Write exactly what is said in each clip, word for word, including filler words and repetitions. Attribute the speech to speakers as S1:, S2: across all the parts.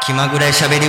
S1: 気まぐれしゃべり部。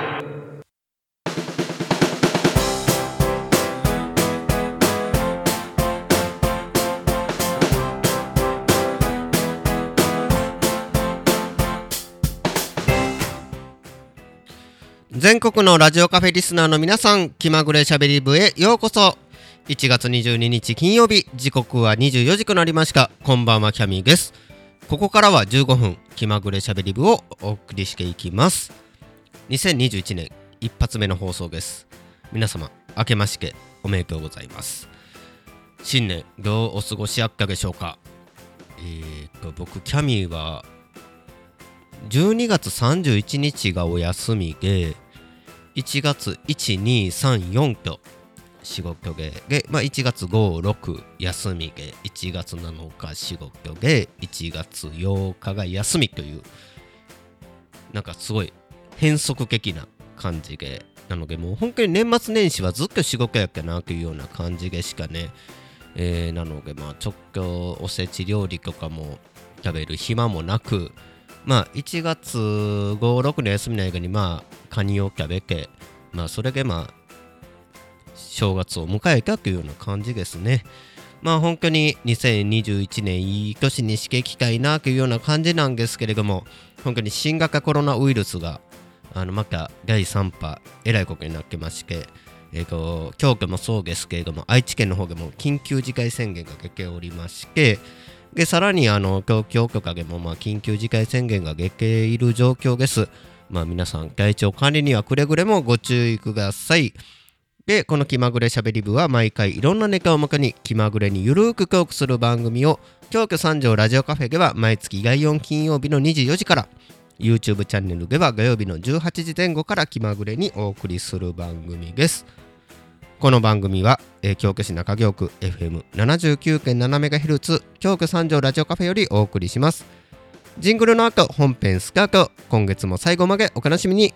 S1: 全国のラジオカフェリスナーの皆さん、気まぐれしゃべり部へようこそ。いちがつにじゅうににち金曜日、時刻はにじゅうよじとなりました。こんばんは、キャミーです。ここからはじゅうごふん気まぐれしゃべり部をお送りしていきます。にせんにじゅういちねん一発目の放送です。皆様明けましておめでとうございます。新年どうお過ごしやったでしょうか。えーと僕キャミーはじゅうにがつさんじゅういちにちがお休みで、いちがついち、に、さん、よんと仕事で、で、まあ、いちがつご、ろく休みで、いちがつなのか仕事で、いちがつようかが休みという、なんかすごい変則的な感じで、なのでもう本当に年末年始はずっと仕事やっけなというような感じでしかね、えー、なのでまあ直供おせち料理とかも食べる暇もなく、まあいちがつご、ろくの休みの間にまあカニを食べて、まあそれでまあ正月を迎えたというような感じですね。まあ本当ににせんにじゅういちねんいい年にしていきたいなというような感じなんですけれども、本当に新型コロナウイルスがあのまただいさん波えらいことになってまして、えーと京都もそうですけれども、愛知県の方でも緊急事態宣言が出ておりまして、でさらにあの東京都でもまあ緊急事態宣言が出ている状況です。まあ皆さん体調管理にはくれぐれもご注意ください。でこの気まぐれしゃべり部は毎回いろんなネタをもとに気まぐれにゆるーくトークする番組を、京都三条ラジオカフェでは毎月だいよん金曜日のにじよじから、 YouTube チャンネルでは土曜日のじゅうはちじぜん後から気まぐれにお送りする番組です。この番組は、えー、京都市中京区 エフエムななじゅうきゅうてんななメガヘルツ 京都三条ラジオカフェよりお送りします。ジングルの後本編スタート。今月も最後までお楽しみに。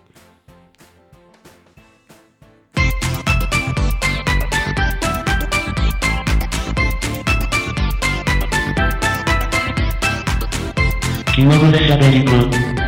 S2: 気まぐれしゃべり部。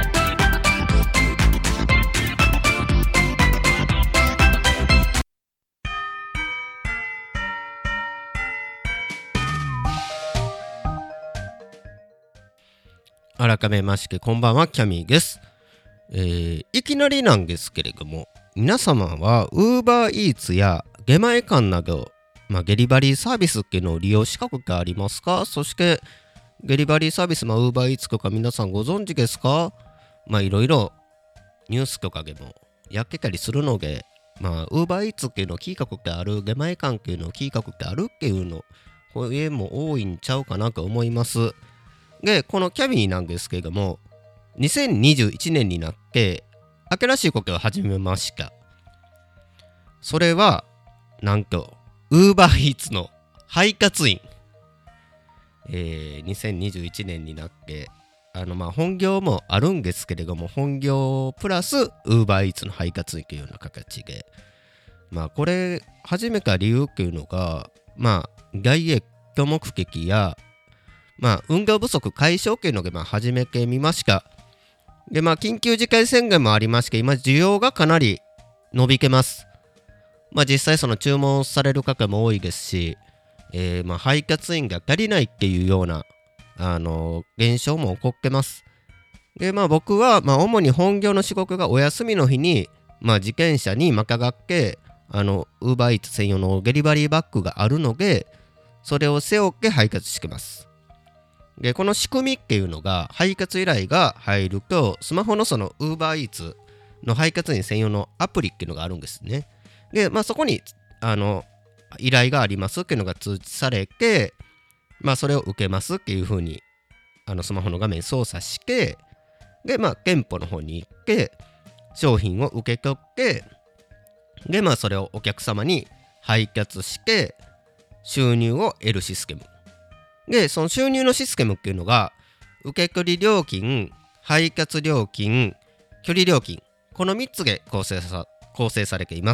S1: 改めましてこんばんは、キャミーです。えー、いきなりなんですけれども、皆様は UberEats や出前館など、まあ、デリバリーサービスっていうのを利用したことありますか？そしてデリバリーサービス、まあ、UberEats とか皆さんご存知ですか？まあいろいろニュースとかでもやってたりするので、まあ UberEats っていうのを聞いたことある、出前館っていうのを聞いたことあるっていうの、こういうも多いんちゃうかなと思います。でこのキャミーなんですけれども、にせんにじゅういちねんになって新しいことを始めました。それはなんと UberEats の配達員。えー、にせんにじゅういちねんになってあのまあ本業もあるんですけれども、本業プラス UberEats の配達員というような形で、まあこれ始めた理由っていうのが、まあダイエット目的やまあ運動不足解消っていうのでまあ始めてみました。でまあ緊急事態宣言もありまして、今需要がかなり伸びてます。まあ実際その注文される方も多いですし、えー、まあ配達員が足りないっていうようなあのー、現象も起こってます。でまあ僕はまあ主に本業の仕事がお休みの日に、まあ自転車にまたがってあの UberEats 専用のデリバリーバッグがあるので、それを背負って配達してます。でこの仕組みっていうのが、配達依頼が入るとスマホのその UberEats の配達員専用のアプリっていうのがあるんですね。でまあそこにあの依頼がありますっていうのが通知されて、まあそれを受けますっていう風にあのスマホの画面操作して、でまあ店舗の方に行って商品を受け取って、でまあそれをお客様に配達して収入を得るシステムで、その収入のシステムっていうのが受け取り料金、配達料金、距離料金、このみっつで構成さ、構成されています。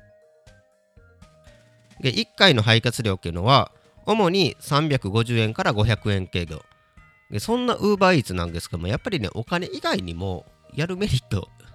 S1: でいっかいの配達料っていうのは主にさんびゃくごじゅうえんからごひゃくえん程度で、そんな UberEats なんですけども、やっぱりねお金以外にもやるメリット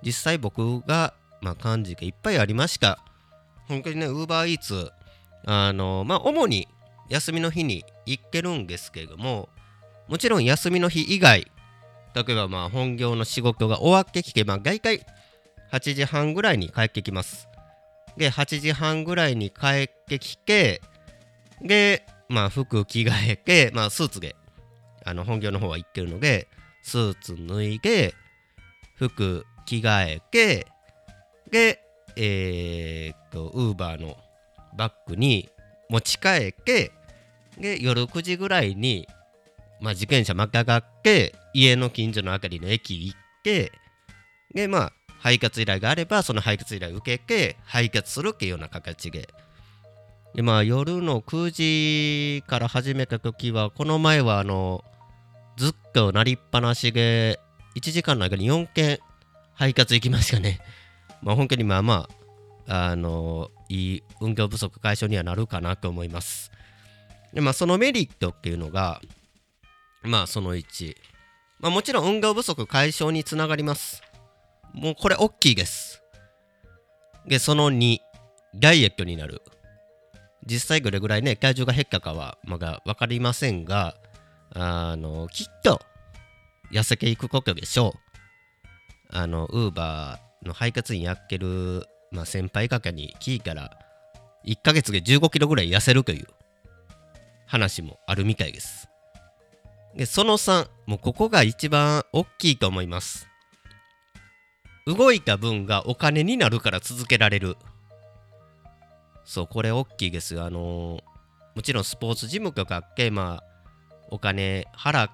S1: 実際僕がまあ感じがいっぱいありました。本当にね、ウーバーイーツあのまあ主に休みの日に行けるんですけれども、もちろん休みの日以外、例えばまあ本業の仕事が終わってきて、まあ大体はちじはんぐらいに帰ってきます。ではちじはんぐらいに帰ってきて、でまあ服着替えて、まあスーツであの本業の方は行ってるので、スーツ脱いで服着替えて、でえー、っとウーバーのバッグに持ち帰って、で夜くじぐらいに、まあ、自転車またがって家の近所のあたりの駅行って、でまあ配達依頼があればその配達依頼受けて配達するっていうような形で、でまあ夜のくじから始めた時は、この前はあのずっとなりっぱなしでいちじかんの間によんけん配達行きましたね。まあ本当にまあまああのいい運動不足解消にはなるかなと思います。でまあそのメリットっていうのが、まあそのいち、まあ、もちろん運動不足解消につながります。もうこれ大きいです。でそのに、ダイエットになる。実際どれぐらいね体重が減ったかはまだ分かりませんが、あのきっと痩せていくことでしょう。あのウーバーの配達員やってる、まあ、先輩方に聞いたらいっかげつでじゅうごキロぐらい痩せるという話もあるみたいです。でそのさん、もうここが一番大きいと思います。動いた分がお金になるから続けられる。そう、これ大きいですよ。あのー、もちろんスポーツジムとかって、まあお金払って、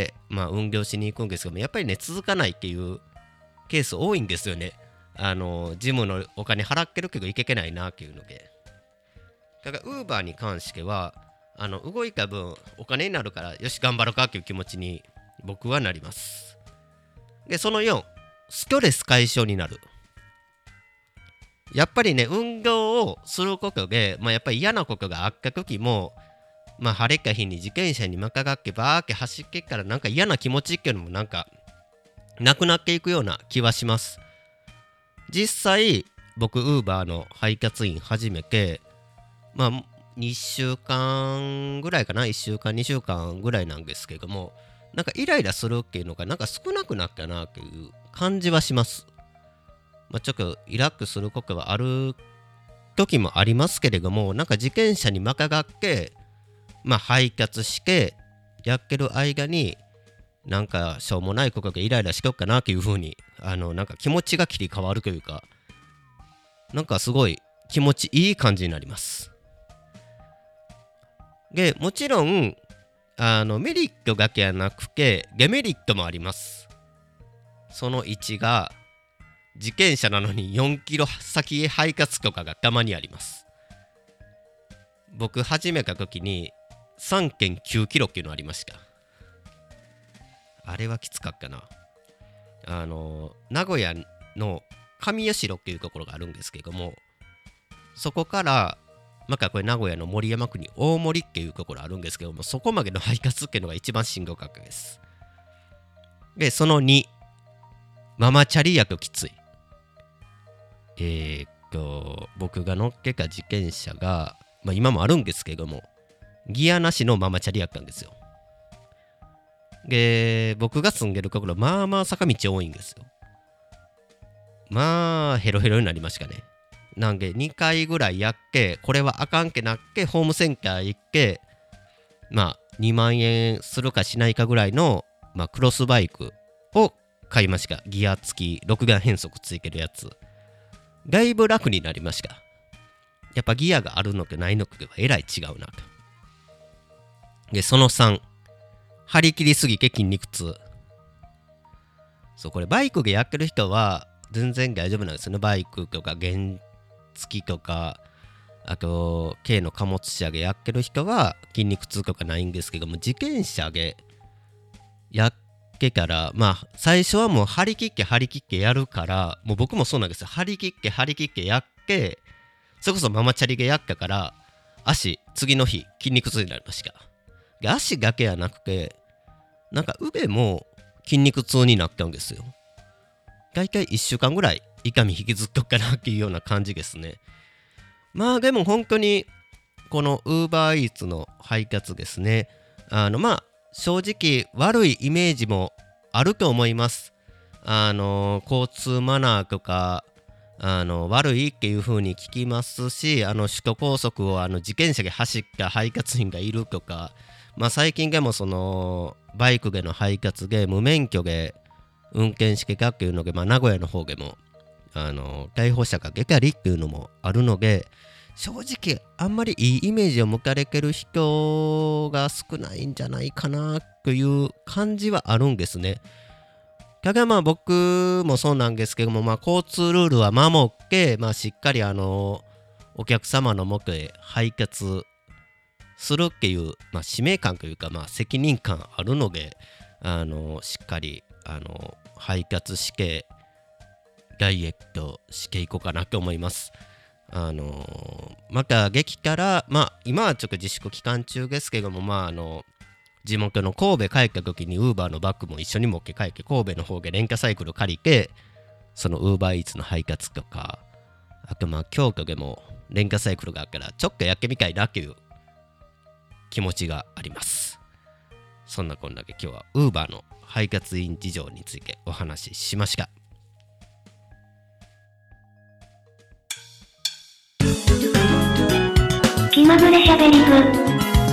S1: まあ運動しに行くんですけども、やっぱりね続かないっていうケース多いんですよね。あのー、ジムのお金払ってるけど行けてないなっていうので。だからウーバーに関しては、あの動いた分お金になるからよし頑張ろうかっていう気持ちに僕はなります。でそのよん、ストレス解消になる。やっぱりね運動をすることで、まあ、やっぱり嫌なことがあった時も、まあ晴れた日に自転車にまたがってバーって走ってからなんか嫌な気持ちっていうのもなんかなくなっていくような気はします。実際僕ウーバーの配達員始めて、まあにしゅうかんぐらいかな、いっしゅうかんにしゅうかんぐらいなんですけども、なんかイライラするっていうのがなんか少なくなったなっていう感じはします。まあ、ちょっとリラックスすることはある時もありますけれども、なんか自転車にまたがってまあ配達してやってる間になんかしょうもないことでイライラしとっかなっていう風に、あのなんか気持ちが切り替わるというか、なんかすごい気持ちいい感じになります。でもちろんあのメリットだけじゃなくてデメリットもあります。そのいちが、自転車なのによんキロ先へ配達とかがたまにあります。僕始めた時に さんてんきゅうキロっていうのありました。あれはきつかったな。あの名古屋の上吉っていうところがあるんですけども、そこからまあこれ名古屋の守山区に大森っていうところあるんですけども、そこまでの配達っていうのが一番しんどかったです。でそのに、ママチャリやときつい。えー、っと僕が乗っけた自転車が、まあ、今もあるんですけどもギアなしのママチャリやったんですよ。で僕が住んでるところまあまあ坂道多いんですよ。まあヘロヘロになりましたね。なんでにかいぐらいやっけ、これはあかんけなっけホームセンター行って、まあにまんえんするかしないかぐらいの、まあ、クロスバイクを買いました。ギア付きろくだん変速ついてるやつ。だいぶ楽になりました。やっぱギアがあるのとないのとはえらい違うなと。でそのさん、張り切りすぎて筋肉痛。そう、これバイクでやってる人は全然大丈夫なんですよね。バイクとか原付とか、あと軽の貨物車でやってる人は筋肉痛とかないんですけども、自転車でやってから、まあ最初はもう張り切って張り切ってやるから、もう僕もそうなんですよ。張り切って張り切ってやって、それこそママチャリでやったから足次の日筋肉痛になりました。で足だけやなくてなんか腕も筋肉痛になったんですよ。 大体いっしゅうかんぐらい痛み引きずっとくかなっていうような感じですね。まあでも本当にこの UberEats の配達ですね、あのまあ正直悪いイメージもあると思います。あの交通マナーとかあの悪いっていう風に聞きますし、あの首都高速をあの自転車で走った配達員がいるとか、まあ最近でもそのバイクでの配達で無免許で運転してたっていうので、まあ名古屋の方でもあの逮捕者が出たりっていうのもあるので、正直あんまりいいイメージを持たれてる人が少ないんじゃないかなという感じはあるんですね。ただまあ僕もそうなんですけども、まあ交通ルールは守って、まあしっかりあのお客様のもとへ配達するっていう、まあ使命感というか、まあ責任感あるので、あのしっかりあの配達してダイエットしていこうかなと思います。あのまた激から、まあ今はちょっと自粛期間中ですけども、まああの地元の神戸帰った時にウーバーのバッグも一緒に持って帰って神戸の方でレンタサイクル借りてそのウーバーイーツの配達とか、あとまあ京都でもレンタサイクルがあるからちょっとやってみたいなっていう気持ちがあります。そんなこんなで今日はウーバーの配達員事情についてお話ししました。
S2: 気まぐれしゃべり部。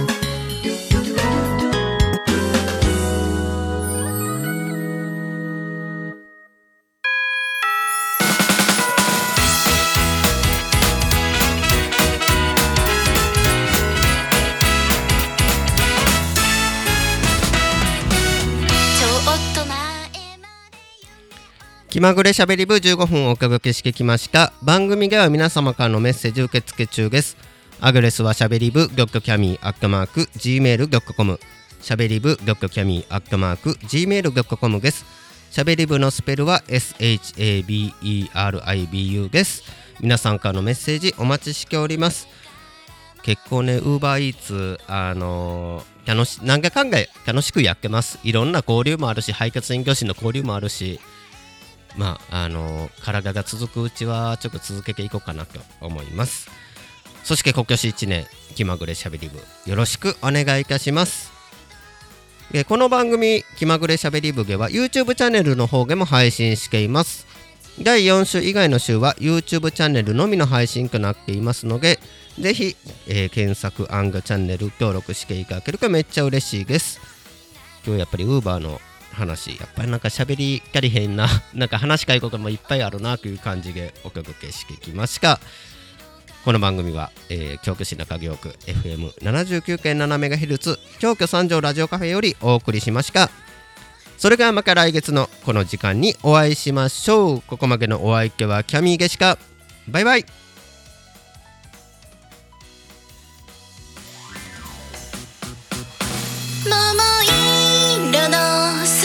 S1: 気まぐれしゃべり部じゅうごふんお届けしてきました。番組では皆様からのメッセージ受付中です。アドレスはしゃべり部ドットキャミーアットマーク ジーメールドットコム、 しゃべり部ドットキャミーアットマーク ジーメールドットコム です。しゃべり部のスペルは エスエイチエービーイーアールアイビーユー です。皆さんからのメッセージお待ちしております。結構ね UberEats あのー、楽しなんかかんか楽しくやってます。いろんな交流もあるし、配達員同士の交流もあるし、まああのー、体が続くうちはちょっと続けていこうかなと思います。そして今年いちねん気まぐれしゃべり部よろしくお願いいたします。でこの番組気まぐれしゃべり部では YouTube チャンネルの方でも配信しています。だいよん週以外の週は YouTube チャンネルのみの配信となっていますので、ぜひ、えー、検索チャンネル登録していただけるとめっちゃ嬉しいです。今日やっぱり Uber の話やっぱりなんか喋り足りへんななんか話したいこともいっぱいあるなという感じでお届けしてきました。この番組は、えー、京都市中京区 エフエムななじゅうきゅうてんななメガヘルツ 京都三条ラジオカフェよりお送りしました。それではまた来月のこの時間にお会いしましょう。ここまでのお相手はキャミーゲシカ。バイバイ。
S3: 桃色の